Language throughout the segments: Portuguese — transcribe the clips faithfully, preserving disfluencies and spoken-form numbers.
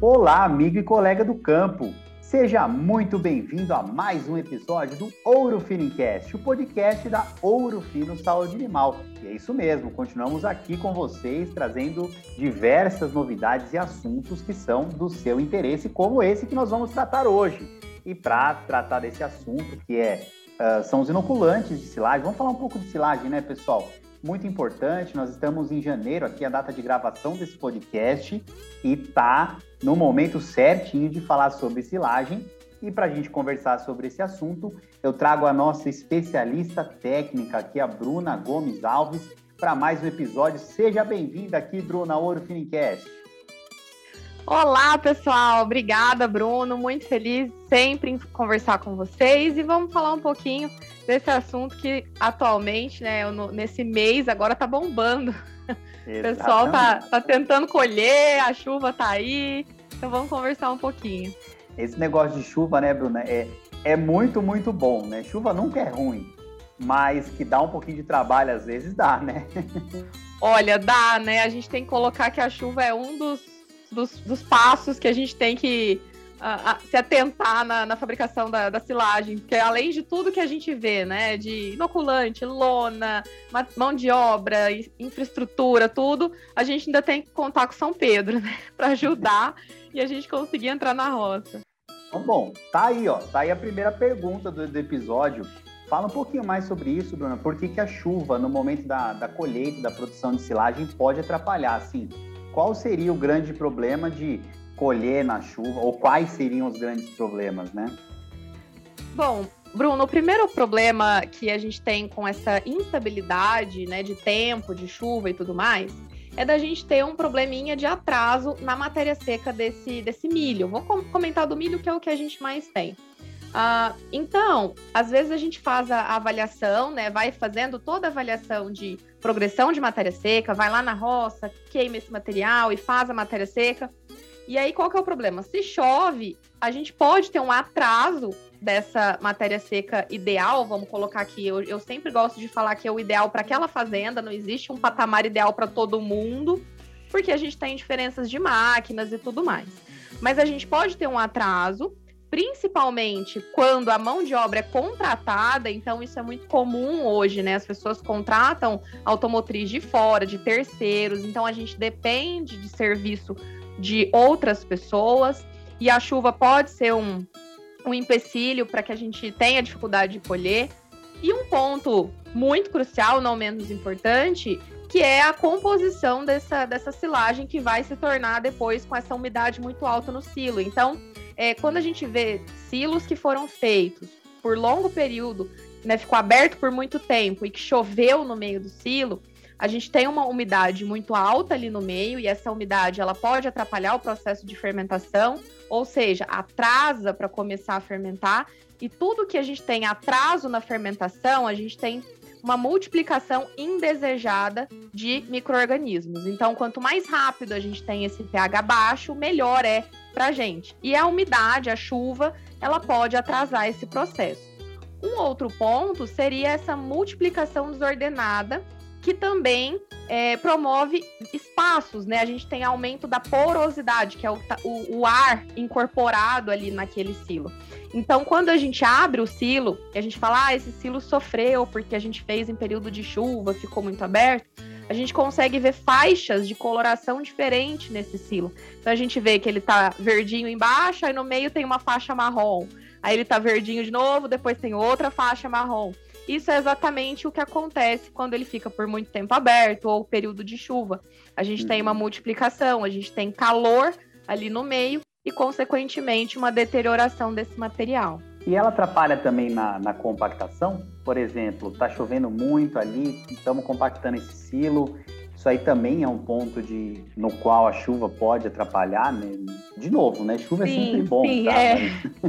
Olá, amigo e colega do campo. Seja muito bem-vindo a mais um episódio do Ouro Finicast, o podcast da Ouro Fino Saúde Animal. E é isso mesmo, continuamos aqui com vocês, trazendo diversas novidades e assuntos que são do seu interesse, como esse que nós vamos tratar hoje. E para tratar desse assunto, que é, uh, são os inoculantes de silagem, vamos falar um pouco de silagem, né, pessoal? Muito importante, nós estamos em janeiro, aqui a data de gravação desse podcast, e tá no momento certinho de falar sobre silagem. E para a gente conversar sobre esse assunto, eu trago a nossa especialista técnica aqui, a Bruna Gomes Alves, para mais um episódio. Seja bem-vinda aqui, Bruna, ao Ouro Finicast. Olá, pessoal. Obrigada, Bruno. Muito feliz sempre em conversar com vocês. E vamos falar um pouquinho desse assunto que atualmente, né, nesse mês, agora tá bombando. Exatamente. O pessoal tá, tá tentando colher, a chuva tá aí. Então vamos conversar um pouquinho. Esse negócio de chuva, né, Bruna, é, é muito, muito bom, né? Chuva nunca é ruim, mas que dá um pouquinho de trabalho, às vezes dá, né? Olha, dá, né? A gente tem que colocar que a chuva é um dos, dos, dos passos que a gente tem que uh, uh, se atentar na, na fabricação da, da silagem, porque além de tudo que a gente vê, né, de inoculante, lona, mão de obra, infraestrutura, tudo, a gente ainda tem que contar com São Pedro, né, para ajudar e a gente conseguir entrar na roça. Então, bom, tá aí, ó, tá aí a primeira pergunta do, do episódio. Fala um pouquinho mais sobre isso, Bruna. Por que que a chuva, no momento da, da colheita, da produção de silagem, pode atrapalhar? Assim, qual seria o grande problema de colher na chuva? Ou quais seriam os grandes problemas, né? Bom, Bruno, o primeiro problema que a gente tem com essa instabilidade, né, de tempo, de chuva e tudo mais, é da gente ter um probleminha de atraso na matéria seca desse, desse milho. Vou comentar do milho, que é o que a gente mais tem. Ah, então, às vezes a gente faz a avaliação, né? Vai fazendo toda a avaliação de progressão de matéria seca, vai lá na roça, queima esse material e faz a matéria seca. E aí, qual que é o problema? Se chove, a gente pode ter um atraso dessa matéria seca ideal, vamos colocar aqui, eu, eu sempre gosto de falar que é o ideal para aquela fazenda, não existe um patamar ideal para todo mundo, porque a gente tem diferenças de máquinas e tudo mais. Mas a gente pode ter um atraso, principalmente quando a mão de obra é contratada, então isso é muito comum hoje, né? As pessoas contratam automotriz de fora, de terceiros, então a gente depende de serviço de outras pessoas, e a chuva pode ser um, um empecilho para que a gente tenha dificuldade de colher. E um ponto muito crucial, não menos importante, que é a composição dessa, dessa silagem que vai se tornar depois com essa umidade muito alta no silo. Então, é, quando a gente vê silos que foram feitos por longo período, né, ficou aberto por muito tempo e que choveu no meio do silo, a gente tem uma umidade muito alta ali no meio, e essa umidade ela pode atrapalhar o processo de fermentação, ou seja, atrasa para começar a fermentar, e tudo que a gente tem atraso na fermentação, a gente tem uma multiplicação indesejada de micro-organismos. Então, quanto mais rápido a gente tem esse pH baixo, melhor é para a gente. E a umidade, a chuva, ela pode atrasar esse processo. Um outro ponto seria essa multiplicação desordenada, que também é, promove espaços, né? A gente tem aumento da porosidade, que é o, o, o ar incorporado ali naquele silo. Então, quando a gente abre o silo, e a gente fala, ah, esse silo sofreu porque a gente fez em período de chuva, ficou muito aberto, a gente consegue ver faixas de coloração diferente nesse silo. Então, a gente vê que ele tá verdinho embaixo, aí no meio tem uma faixa marrom. Aí ele tá verdinho de novo, depois tem outra faixa marrom. Isso é exatamente o que acontece quando ele fica por muito tempo aberto ou período de chuva. A gente uhum. tem uma multiplicação, a gente tem calor ali no meio e, consequentemente, uma deterioração desse material. E ela atrapalha também na, na compactação? Por exemplo, está chovendo muito ali, estamos compactando esse silo. Isso aí também é um ponto de, no qual a chuva pode atrapalhar, né? De novo, né? Chuva sim, é sempre bom, sim, tá? É.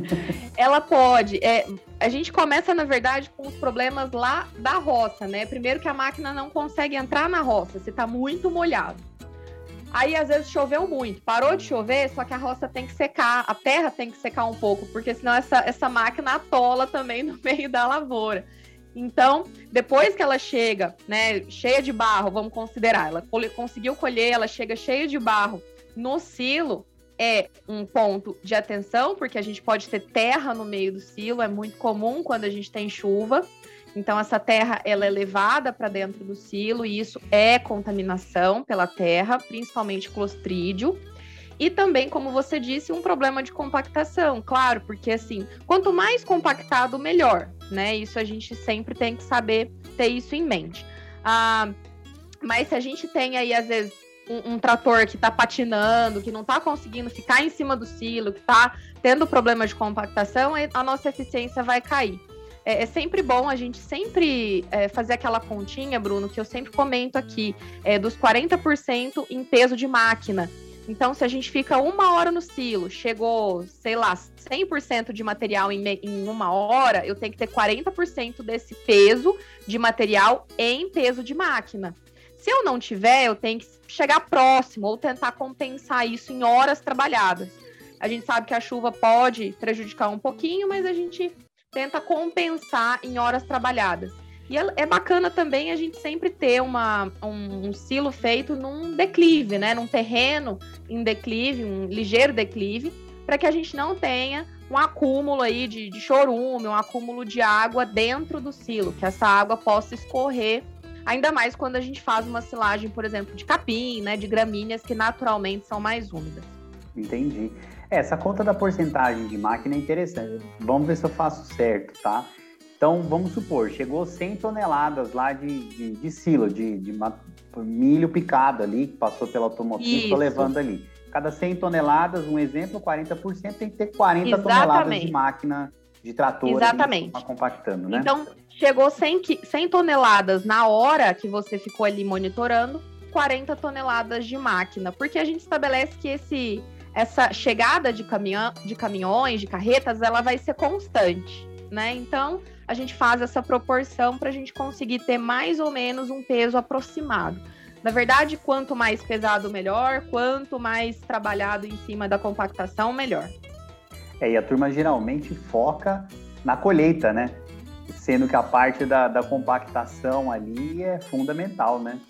Ela pode. É, a gente começa, na verdade, com os problemas lá da roça, né? Primeiro que a máquina não consegue entrar na roça, se está muito molhado. Aí, às vezes, choveu muito, parou de chover, só que a roça tem que secar, a terra tem que secar um pouco, porque senão essa, essa máquina atola também no meio da lavoura. Então, depois que ela chega, né, cheia de barro, vamos considerar, ela conseguiu colher, ela chega cheia de barro no silo, é um ponto de atenção, porque a gente pode ter terra no meio do silo, é muito comum quando a gente tem chuva. Então, essa terra ela é levada para dentro do silo e isso é contaminação pela terra, principalmente clostrídio. E também, como você disse, um problema de compactação, claro, porque assim, quanto mais compactado, melhor, né? Isso a gente sempre tem que saber ter isso em mente. Ah, mas se a gente tem aí, às vezes, um, um trator que está patinando, que não está conseguindo ficar em cima do silo, que está tendo problema de compactação, a nossa eficiência vai cair. É, é sempre bom a gente sempre é, fazer aquela continha, Bruno, que eu sempre comento aqui, é, dos quarenta por cento em peso de máquina. Então, se a gente fica uma hora no silo, chegou, sei lá, cem por cento de material em, me- em uma hora, eu tenho que ter quarenta por cento desse peso de material em peso de máquina. Se eu não tiver, eu tenho que chegar próximo ou tentar compensar isso em horas trabalhadas. A gente sabe que a chuva pode prejudicar um pouquinho, mas a gente tenta compensar em horas trabalhadas. E é, é bacana também a gente sempre ter uma, um, um silo feito num declive, né? Num terreno em declive, um ligeiro declive, para que a gente não tenha um acúmulo aí de, de chorume, um acúmulo de água dentro do silo, que essa água possa escorrer, ainda mais quando a gente faz uma silagem, por exemplo, de capim, né? De gramíneas que naturalmente são mais úmidas. Entendi. Essa conta da porcentagem de máquina é interessante. Vamos ver se eu faço certo, tá? Então, vamos supor, chegou cem toneladas lá de, de, de silo, de, de milho picado ali, que passou pela automotriz, estou levando ali. Cada cem toneladas, um exemplo, quarenta por cento tem que ter quarenta Exatamente. toneladas de máquina, de trator. Exatamente. Ali, compactando, né? Então, chegou cem, cem toneladas na hora que você ficou ali monitorando, quarenta toneladas de máquina, porque a gente estabelece que esse... essa chegada de, caminhão, de caminhões, de carretas, ela vai ser constante, né? Então, a gente faz essa proporção para a gente conseguir ter mais ou menos um peso aproximado. Na verdade, quanto mais pesado, melhor. Quanto mais trabalhado em cima da compactação, melhor. É, e a turma geralmente foca na colheita, né? Sendo que a parte da, da compactação ali é fundamental, né?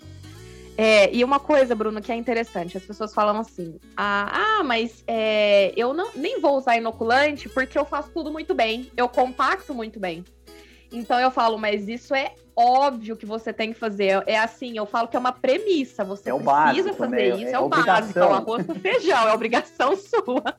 É, e uma coisa, Bruno, que é interessante, as pessoas falam assim, ah, ah mas é, eu não, nem vou usar inoculante porque eu faço tudo muito bem, eu compacto muito bem. Então eu falo, mas isso é óbvio que você tem que fazer, é assim, eu falo que é uma premissa, você é precisa básico, fazer né? isso, é, é o básico, é o arroz com feijão, é obrigação sua.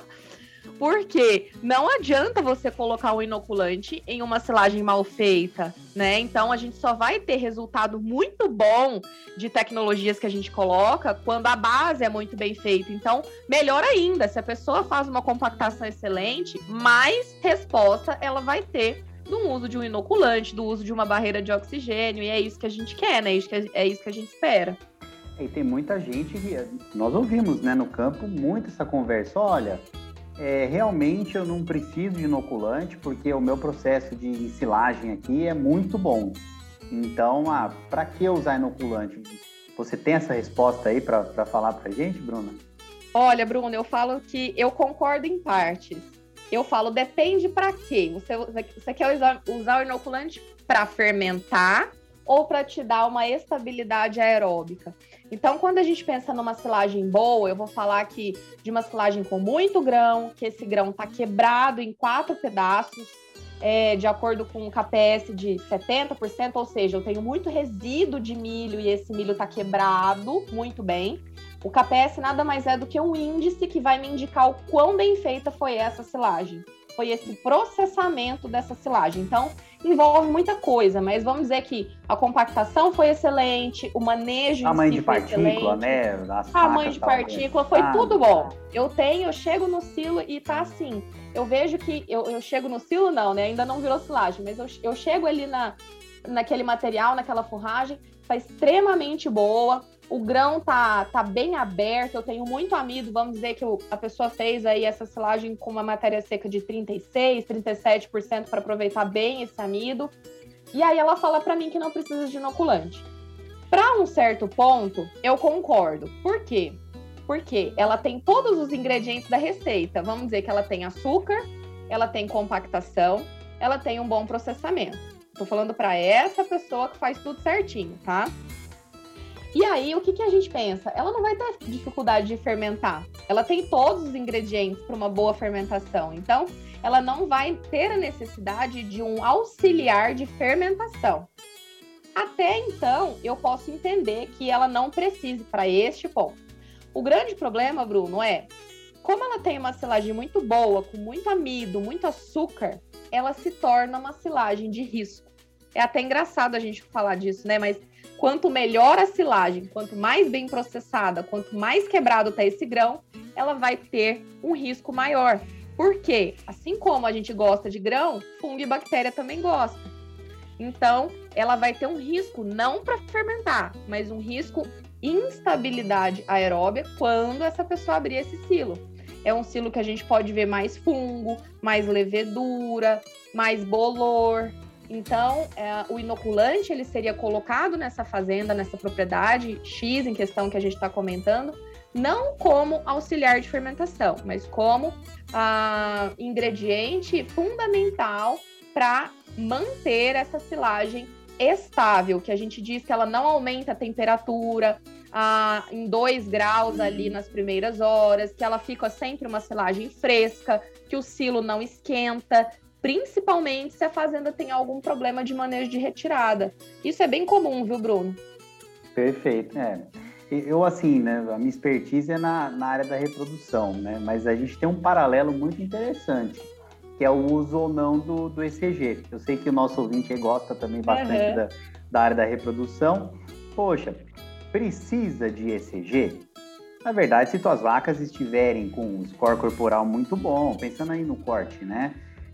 Porque não adianta você colocar um inoculante em uma silagem mal feita, né? Então, a gente só vai ter resultado muito bom de tecnologias que a gente coloca quando a base é muito bem feita. Então, melhor ainda, se a pessoa faz uma compactação excelente, mais resposta ela vai ter do uso de um inoculante, do uso de uma barreira de oxigênio, e é isso que a gente quer, né? É isso que a gente espera. E tem muita gente que... Nós ouvimos, né, no campo, muito essa conversa. Olha... É, realmente eu não preciso de inoculante porque o meu processo de silagem aqui é muito bom. Então, ah, para que usar inoculante? Você tem essa resposta aí para falar para a gente, Bruna? Olha, Bruno, eu falo que eu concordo em partes. Eu falo, depende para quê? Você, você quer usar, usar o inoculante para fermentar ou para te dar uma estabilidade aeróbica? Então, quando a gente pensa numa silagem boa, eu vou falar aqui de uma silagem com muito grão, que esse grão está quebrado em quatro pedaços, é, de acordo com o K P S de setenta por cento, ou seja, eu tenho muito resíduo de milho e esse milho está quebrado muito bem. O K P S nada mais é do que um índice que vai me indicar o quão bem feita foi essa silagem. Foi esse processamento dessa silagem. Então, envolve muita coisa, mas vamos dizer que a compactação foi excelente, o manejo tamanho em si de foi partícula, excelente, né? As tamanho de partícula, foi ah, tudo bom. Eu tenho, eu chego no silo e tá assim, eu vejo que, eu, eu chego no silo não, né? Ainda não virou silagem, mas eu, eu chego ali na, naquele material, naquela forragem, tá extremamente boa. O grão tá, tá bem aberto, eu tenho muito amido, vamos dizer que o, a pessoa fez aí essa silagem com uma matéria seca de trinta e seis, trinta e sete por cento para aproveitar bem esse amido. E aí ela fala para mim que não precisa de inoculante. Para um certo ponto, eu concordo. Por quê? Porque ela tem todos os ingredientes da receita. Vamos dizer que ela tem açúcar, ela tem compactação, ela tem um bom processamento. Tô falando para essa pessoa que faz tudo certinho, tá? E aí, o que, que a gente pensa? Ela não vai ter dificuldade de fermentar. Ela tem todos os ingredientes para uma boa fermentação. Então, ela não vai ter a necessidade de um auxiliar de fermentação. Até então, eu posso entender que ela não precise para este ponto. O grande problema, Bruno, é como ela tem uma silagem muito boa, com muito amido, muito açúcar, ela se torna uma silagem de risco. É até engraçado a gente falar disso, né? Mas quanto melhor a silagem, quanto mais bem processada, quanto mais quebrado está esse grão, ela vai ter um risco maior. Por quê? Assim como a gente gosta de grão, fungo e bactéria também gostam. Então, ela vai ter um risco não para fermentar, mas um risco instabilidade aeróbia quando essa pessoa abrir esse silo. É um silo que a gente pode ver mais fungo, mais levedura, mais bolor. Então, é, o inoculante ele seria colocado nessa fazenda, nessa propriedade X em questão que a gente está comentando, não como auxiliar de fermentação, mas como ah, ingrediente fundamental para manter essa silagem estável, que a gente diz que ela não aumenta a temperatura ah, em dois graus ali nas primeiras horas, que ela fica sempre uma silagem fresca, que o silo não esquenta, principalmente se a fazenda tem algum problema de manejo de retirada. Isso é bem comum, viu, Bruno? Perfeito, é. Eu, assim, né, a minha expertise é na, na área da reprodução, né, mas a gente tem um paralelo muito interessante, que é o uso ou não do, do E C G. Eu sei que o nosso ouvinte aí gosta também bastante uhum. da, da área da reprodução. Poxa, precisa de E C G? Na verdade, se tuas vacas estiverem com um score corporal muito bom, pensando aí no corte, né?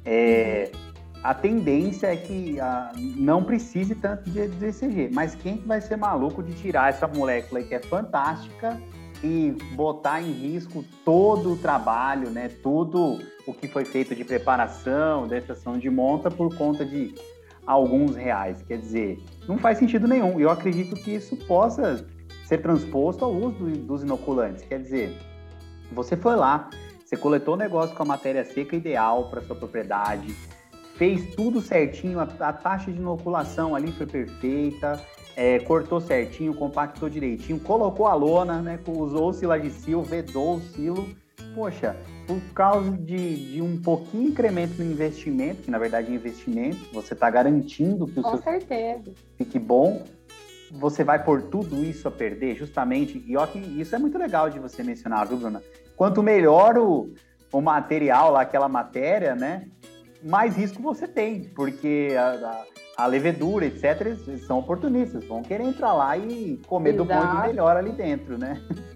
É, a tendência é que a, não precise tanto de, de E C G. Mas quem vai ser maluco de tirar essa molécula aí que é fantástica e botar em risco todo o trabalho, né? Tudo o que foi feito de preparação, da estação de monta por conta de alguns reais. Quer dizer, não faz sentido nenhum. Eu acredito que isso possa ser transposto ao uso do, dos inoculantes. Quer dizer, você foi lá, você coletou o negócio com a matéria seca ideal para sua propriedade, fez tudo certinho, a, a taxa de inoculação ali foi perfeita, é, cortou certinho, compactou direitinho, colocou a lona, né, usou o silagicil, vedou o silo. Poxa, por causa de, de um pouquinho incremento no investimento, que na verdade é investimento, você está garantindo que o com seu certeza fique bom, você vai pôr tudo isso a perder, justamente, e ó, que isso é muito legal de você mencionar, viu, Bruna? Quanto melhor o, o material lá, aquela matéria, né, mais risco você tem, porque a, a, a levedura, etcétera, eles são oportunistas, vão querer entrar lá e comer Exato. do bom e do melhor ali dentro, né?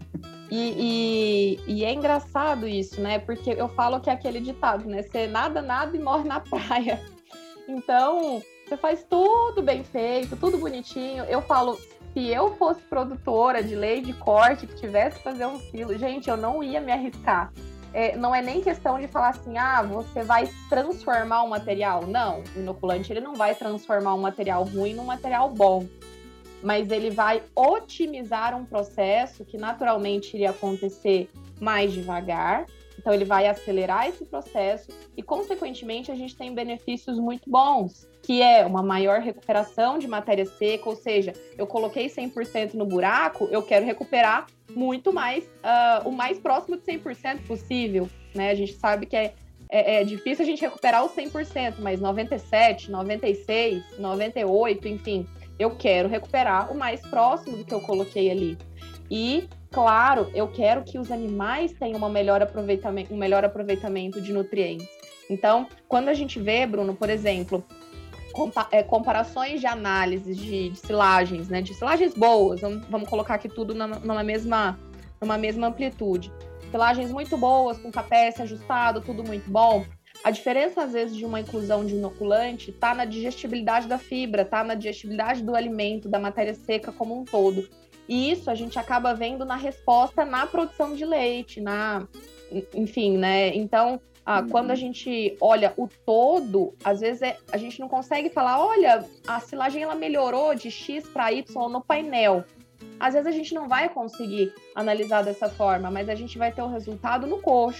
E, e, e é engraçado isso, né? Porque eu falo que é aquele ditado, né? Você nada, nada e morre na praia. Então, você faz tudo bem feito, tudo bonitinho. Eu falo, se eu fosse produtora de leite de corte, que tivesse que fazer um silo, gente, eu não ia me arriscar. É, não é nem questão de falar assim, ah, você vai transformar um material. Não, o inoculante ele não vai transformar um material ruim num material bom. Mas ele vai otimizar um processo que naturalmente iria acontecer mais devagar. Então, ele vai acelerar esse processo e, consequentemente, a gente tem benefícios muito bons, que é uma maior recuperação de matéria seca, ou seja, eu coloquei cem por cento no buraco, eu quero recuperar muito mais, uh, o mais próximo de cem por cento possível, né? A gente sabe que é, é, é difícil a gente recuperar os cem por cento, mas noventa e sete, noventa e seis, noventa e oito, enfim, eu quero recuperar o mais próximo do que eu coloquei ali. E, claro, eu quero que os animais tenham uma melhor aproveitamento, um melhor aproveitamento de nutrientes. Então, quando a gente vê, Bruno, por exemplo, compa- é, comparações de análises de, de silagens, né, de silagens boas, vamos, vamos colocar aqui tudo numa, numa, mesma, numa mesma amplitude. Silagens muito boas, com capécie ajustado, tudo muito bom. A diferença, às vezes, de uma inclusão de inoculante está na digestibilidade da fibra, está na digestibilidade do alimento, da matéria seca como um todo. E isso a gente acaba vendo na resposta na produção de leite, na, enfim, né? Então, ah, uhum. quando a gente olha o todo, às vezes é, a gente não consegue falar, olha, a silagem ela melhorou de X para Y no painel. Às vezes a gente não vai conseguir analisar dessa forma, mas a gente vai ter o resultado no coxo.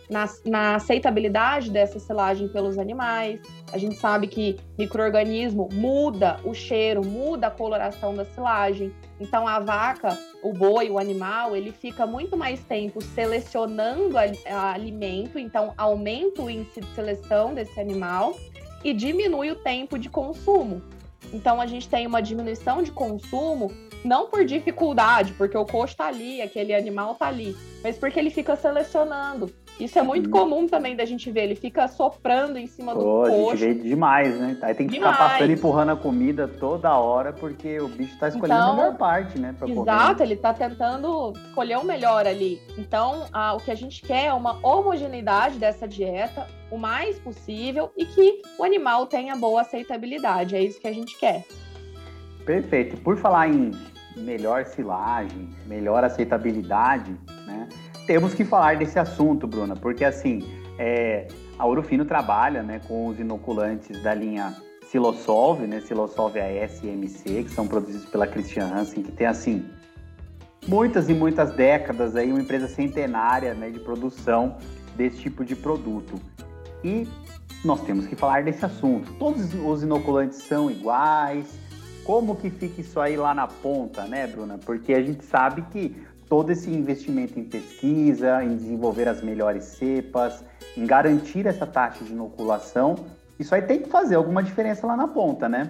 na, na aceitabilidade dessa silagem pelos animais. A gente sabe que micro-organismo muda o cheiro, muda a coloração da silagem. Então, a vaca, o boi, o animal, ele fica muito mais tempo selecionando a, a alimento, então aumenta o índice de seleção desse animal e diminui o tempo de consumo. Então, a gente tem uma diminuição de consumo, não por dificuldade, porque o coxo está ali, aquele animal está ali, mas porque ele fica selecionando. Isso é muito hum. comum também da gente ver, ele fica soprando em cima do Pô, coxo. A gente vê demais, né? Aí tem que demais. Ficar passando e empurrando a comida toda hora, porque o bicho está escolhendo então, a melhor parte, né? Pra exato, correr. Ele está tentando escolher o melhor ali. Então, a, o que a gente quer é uma homogeneidade dessa dieta, o mais possível, e que o animal tenha boa aceitabilidade. É isso que a gente quer. Perfeito. Por falar em melhor silagem, melhor aceitabilidade, né? Temos que falar desse assunto, Bruna, porque assim, é, a Ouro Fino trabalha, né, com os inoculantes da linha Silosolve, né, Silosolve A S e M C, que são produzidos pela Christian Hansen, que tem assim muitas e muitas décadas aí, uma empresa centenária, né, de produção desse tipo de produto. E nós temos que falar desse assunto. Todos os inoculantes são iguais? Como que fica isso aí lá na ponta, né, Bruna? Porque a gente sabe que todo esse investimento em pesquisa, em desenvolver as melhores cepas, em garantir essa taxa de inoculação, isso aí tem que fazer alguma diferença lá na ponta, né?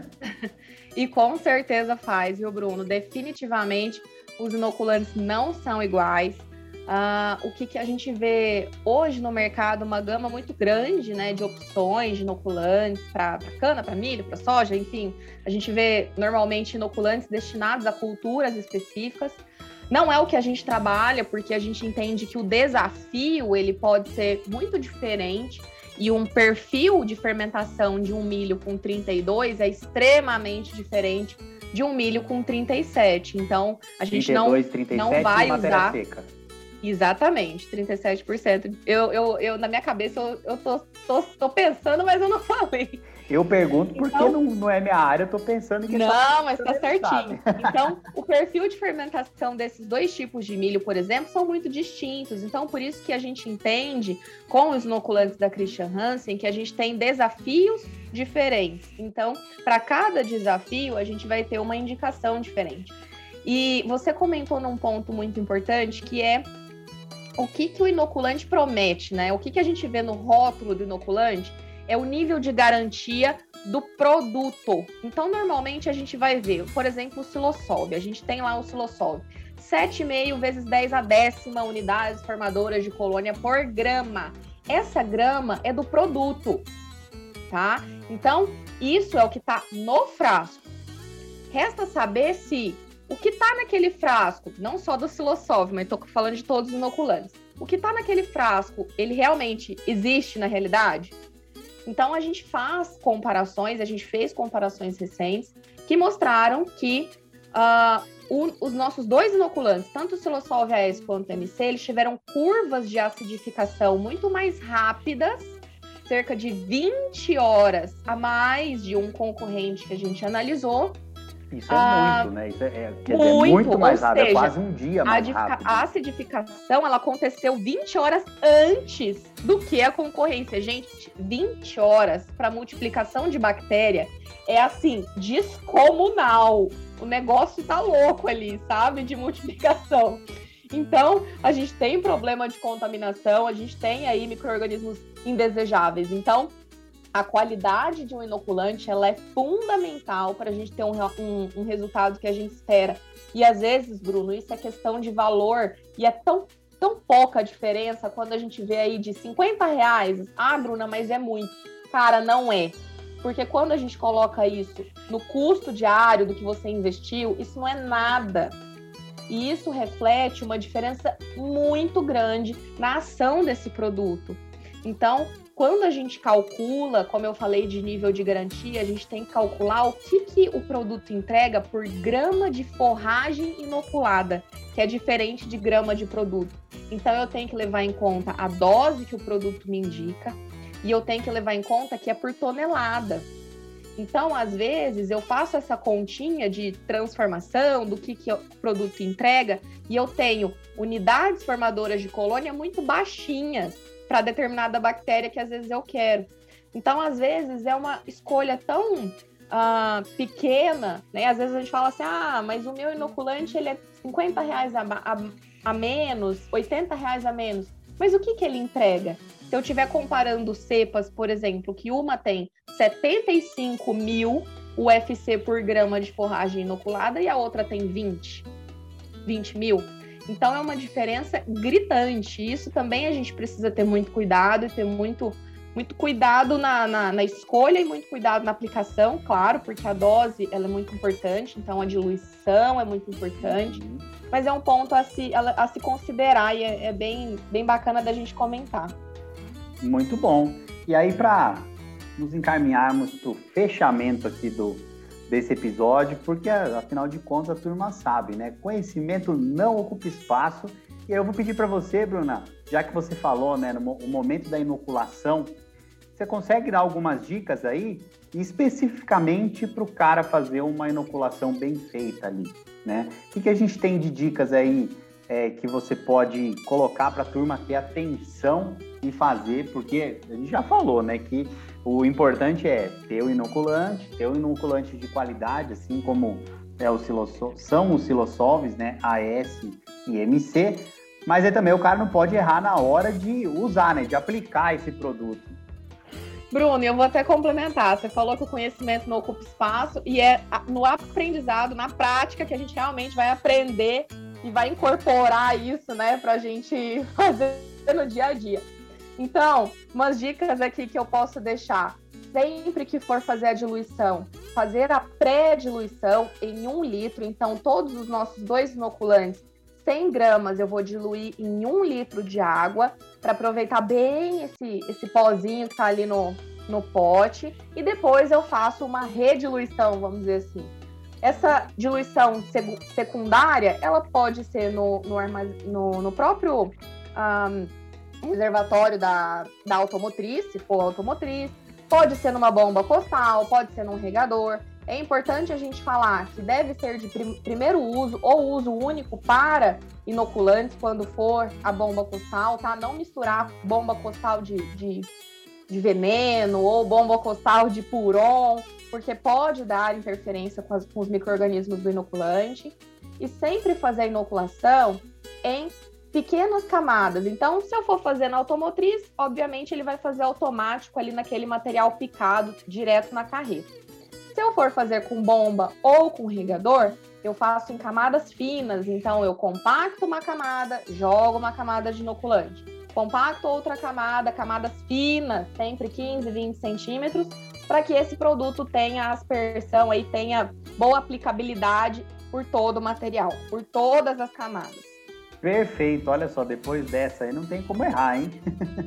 E com certeza faz, viu, Bruno? Definitivamente, os inoculantes não são iguais. Uh, o que, que a gente vê hoje no mercado, uma gama muito grande, né, de opções de inoculantes para cana, para milho, para soja, enfim. A gente vê normalmente inoculantes destinados a culturas específicas. Não é o que a gente trabalha, porque a gente entende que o desafio ele pode ser muito diferente e um perfil de fermentação de um milho com trinta e dois é extremamente diferente de um milho com trinta e sete. Então, a gente trinta e dois, trinta e sete não vai usar... seca. Exatamente, trinta e sete por cento. Eu, eu, eu, na minha cabeça, eu, eu tô, tô, tô pensando, mas eu não falei. Eu pergunto porque então, não, não é minha área, eu tô pensando que... Não, mas tá certinho. Então, o perfil de fermentação desses dois tipos de milho, por exemplo, são muito distintos. Então, por isso que a gente entende, com os inoculantes da Christian Hansen, que a gente tem desafios diferentes. Então, para cada desafio, a gente vai ter uma indicação diferente. E você comentou num ponto muito importante, que é o que, que o inoculante promete, né? O que, que a gente vê no rótulo do inoculante é o nível de garantia do produto. Então, normalmente, a gente vai ver, por exemplo, o Silosolve. A gente tem lá o Silosolve. sete vírgula cinco vezes dez a décima unidades formadoras de colônia por grama. Essa grama é do produto, tá? Então, isso é o que está no frasco. Resta saber se o que está naquele frasco, não só do Silosolve, mas estou falando de todos os inoculantes, o que está naquele frasco, ele realmente existe na realidade? Então, a gente faz comparações, a gente fez comparações recentes que mostraram que uh, o, os nossos dois inoculantes, tanto o Silosolve A S quanto o M C, eles tiveram curvas de acidificação muito mais rápidas, cerca de vinte horas a mais de um concorrente que a gente analisou. Isso é ah, muito, né? Isso é, é, quer muito, dizer, muito mais rápido, seja, é quase um dia mais a rápido. A acidificação, ela aconteceu vinte horas antes do que a concorrência. Gente, vinte horas para multiplicação de bactéria é, assim, descomunal. O negócio tá louco ali, sabe? De multiplicação. Então, a gente tem problema de contaminação, a gente tem aí micro-organismos indesejáveis. Então, a qualidade de um inoculante, ela é fundamental para a gente ter um, um, um resultado que a gente espera. E às vezes, Bruno, isso é questão de valor e é tão, tão pouca a diferença quando a gente vê aí de cinquenta reais. Ah, Bruna, mas é muito. Cara, não é. Porque quando a gente coloca isso no custo diário do que você investiu, isso não é nada. E isso reflete uma diferença muito grande na ação desse produto. Então, quando a gente calcula, como eu falei de nível de garantia, a gente tem que calcular o que, que o produto entrega por grama de forragem inoculada, que é diferente de grama de produto. Então, eu tenho que levar em conta a dose que o produto me indica e eu tenho que levar em conta que é por tonelada. Então, às vezes, eu faço essa continha de transformação do que, que o produto entrega e eu tenho unidades formadoras de colônia muito baixinhas para determinada bactéria que às vezes eu quero. Então, às vezes, é uma escolha tão uh, pequena, né? Às vezes a gente fala assim, ah, mas o meu inoculante ele é cinquenta reais a, a, a menos, oitenta reais a menos. Mas o que, que ele entrega? Se eu estiver comparando cepas, por exemplo, que uma tem setenta e cinco mil U F C por grama de forragem inoculada e a outra tem vinte mil. Então, é uma diferença gritante. Isso também a gente precisa ter muito cuidado e ter muito, muito cuidado na, na, na escolha e muito cuidado na aplicação, claro, porque a dose ela é muito importante, então a diluição é muito importante. Mas é um ponto a se, a, a se considerar e é, é bem, bem bacana da gente comentar. Muito bom. E aí, para nos encaminharmos para o fechamento aqui do, desse episódio, porque, afinal de contas, a turma sabe, né? Conhecimento não ocupa espaço. E aí eu vou pedir para você, Bruna, já que você falou, né, no momento da inoculação, você consegue dar algumas dicas aí, especificamente para o cara fazer uma inoculação bem feita ali, né? O que, que a gente tem de dicas aí é, que você pode colocar para a turma ter atenção e fazer? Porque a gente já falou, né, que o importante é ter o inoculante, ter o inoculante de qualidade, assim como é o silossol, são os silossolves, né, A S e M C, mas é também o cara não pode errar na hora de usar, né, de aplicar esse produto. Bruno, eu vou até complementar. Você falou que o conhecimento não ocupa espaço e é no aprendizado, na prática, que a gente realmente vai aprender e vai incorporar isso, né, para a gente fazer no dia a dia. Então, umas dicas aqui que eu posso deixar. Sempre que for fazer a diluição, fazer a pré-diluição em um litro. Então, todos os nossos dois inoculantes, cem gramas, eu vou diluir em um litro de água para aproveitar bem esse, esse pozinho que está ali no, no pote. E depois eu faço uma rediluição, vamos dizer assim. Essa diluição secundária, ela pode ser no, no, no, no próprio um, reservatório da, da automotriz, se for automotriz. Pode ser numa bomba costal, pode ser num regador. É importante a gente falar que deve ser de prim- primeiro uso ou uso único para inoculantes quando for a bomba costal, tá? Não misturar bomba costal de, de, de veneno ou bomba costal de puron, porque pode dar interferência com, as, com os micro-organismos do inoculante. E sempre fazer a inoculação em pequenas camadas. Então, se eu for fazer na automotriz, obviamente ele vai fazer automático ali naquele material picado direto na carreta. Se eu for fazer com bomba ou com regador, eu faço em camadas finas. Então, eu compacto uma camada, jogo uma camada de inoculante. Compacto outra camada, camadas finas, sempre quinze, vinte centímetros, para que esse produto tenha aspersão, aí, tenha boa aplicabilidade por todo o material, por todas as camadas. Perfeito, olha só, depois dessa aí não tem como errar, hein?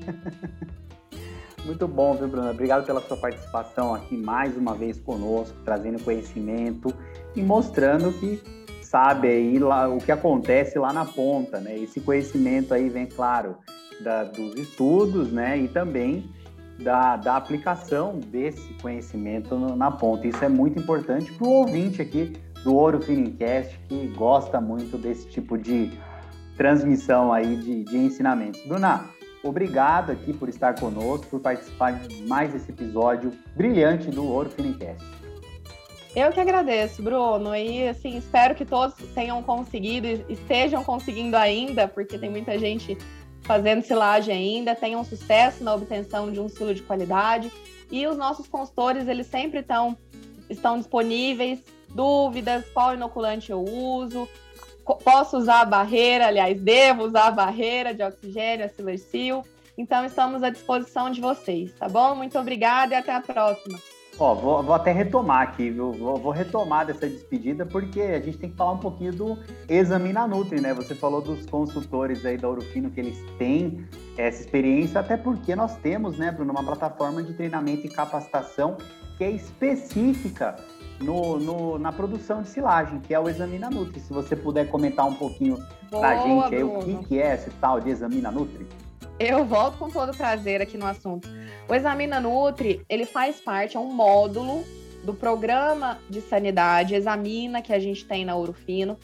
Muito bom, viu, Bruna? Obrigado pela sua participação aqui mais uma vez conosco, trazendo conhecimento e mostrando que sabe aí lá, o que acontece lá na ponta, né? Esse conhecimento aí vem, claro, da, dos estudos, né? E também da, da aplicação desse conhecimento no, na ponta. Isso é muito importante para o ouvinte aqui do Ouro Finincast, que gosta muito desse tipo de transmissão aí de, de ensinamentos. Bruna, obrigado aqui por estar conosco, por participar de mais esse episódio brilhante do Ouro Finincast. Eu que agradeço, Bruno, e assim, espero que todos tenham conseguido, estejam conseguindo ainda, porque tem muita gente fazendo silagem ainda, tenham sucesso na obtenção de um silo de qualidade, e os nossos consultores, eles sempre tão, estão disponíveis, dúvidas, qual inoculante eu uso, posso usar a barreira, aliás, devo usar a barreira de oxigênio, a Silersil. Então, estamos à disposição de vocês, tá bom? Muito obrigada e até a próxima. Ó, vou, vou até retomar aqui, viu? Vou, vou retomar dessa despedida, porque a gente tem que falar um pouquinho do Examina Nutri, né? Você falou dos consultores aí da Ouro Fino, que eles têm essa experiência, até porque nós temos, né, Bruno, uma plataforma de treinamento e capacitação que é específica No, no, na produção de silagem, que é o Examina Nutri. Se você puder comentar um pouquinho Boa, pra gente aí Bruno. o que, que é esse tal de Examina Nutri. Eu volto com todo prazer aqui no assunto. O Examina Nutri, ele faz parte, é um módulo do programa de sanidade Examina, que a gente tem na Ouro Fino,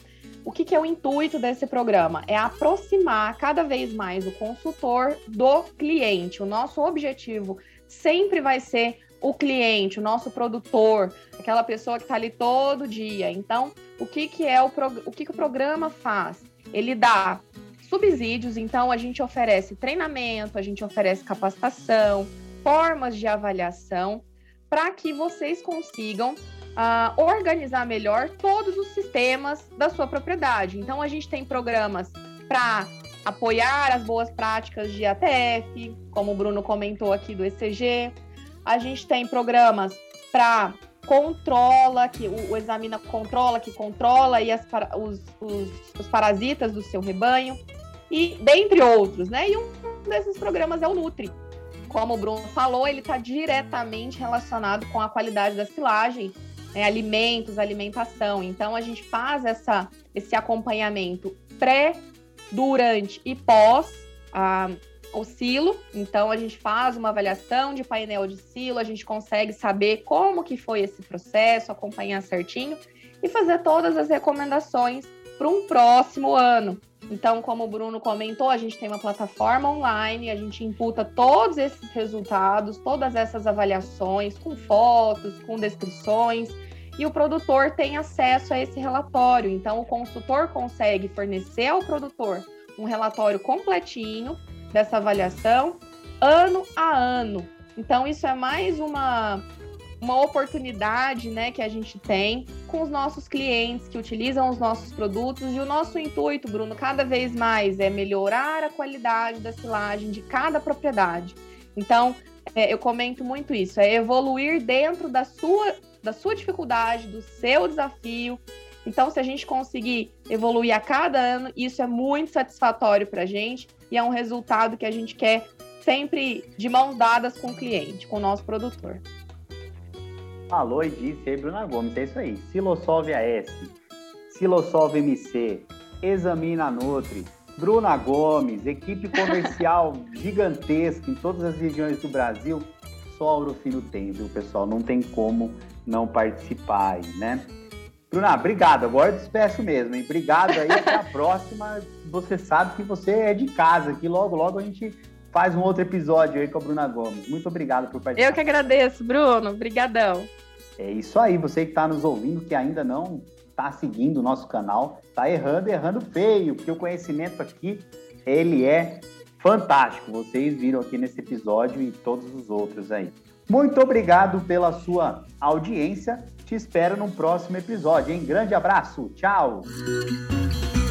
o que, que é o intuito desse programa? É aproximar cada vez mais o consultor do cliente. O nosso objetivo sempre vai ser o cliente, o nosso produtor, aquela pessoa que está ali todo dia. Então, o que, que é o, prog- o que, que o programa faz? Ele dá subsídios, então a gente oferece treinamento, a gente oferece capacitação, formas de avaliação, para que vocês consigam uh, organizar melhor todos os sistemas da sua propriedade. Então, a gente tem programas para apoiar as boas práticas de A T F, como o Bruno comentou aqui do E C G. A gente tem programas para controla, que o, o Examina controla, que controla aí as, os, os, os parasitas do seu rebanho, e dentre outros, né? E um desses programas é o Nutri. Como o Bruno falou, ele está diretamente relacionado com a qualidade da silagem, né? Alimentos, alimentação. Então, a gente faz essa, esse acompanhamento pré, durante e pós a o silo. Então, a gente faz uma avaliação de painel de silo, a gente consegue saber como que foi esse processo, acompanhar certinho e fazer todas as recomendações para um próximo ano. Então, como o Bruno comentou, a gente tem uma plataforma online, a gente imputa todos esses resultados, todas essas avaliações, com fotos, com descrições, e o produtor tem acesso a esse relatório. Então, o consultor consegue fornecer ao produtor um relatório completinho dessa avaliação, ano a ano. Então, isso é mais uma, uma oportunidade, né, que a gente tem com os nossos clientes que utilizam os nossos produtos. E o nosso intuito, Bruno, cada vez mais é melhorar a qualidade da silagem de cada propriedade. Então, é, eu comento muito isso, é evoluir dentro da sua, da sua dificuldade, do seu desafio. Então, se a gente conseguir evoluir a cada ano, isso é muito satisfatório para a gente e é um resultado que a gente quer sempre de mãos dadas com o cliente, com o nosso produtor. Falou e disse aí, Bruna Gomes, é isso aí. Silosolve A S, Silosolve M C, Examina Nutri, Bruna Gomes, equipe comercial gigantesca em todas as regiões do Brasil. Só a Ourofino tem, viu, pessoal? Não tem como não participar aí, né? Bruna, obrigado. Agora eu despeço mesmo, hein? Obrigado aí, até a próxima. Você sabe que você é de casa, que logo, logo a gente faz um outro episódio aí com a Bruna Gomes. Muito obrigado por participar. Eu que agradeço, Bruno. Obrigadão. É isso aí. Você que está nos ouvindo, que ainda não está seguindo o nosso canal, está errando, errando feio, porque o conhecimento aqui, ele é fantástico. Vocês viram aqui nesse episódio e todos os outros aí. Muito obrigado pela sua audiência. Te espero no próximo episódio, hein? Grande abraço. Tchau.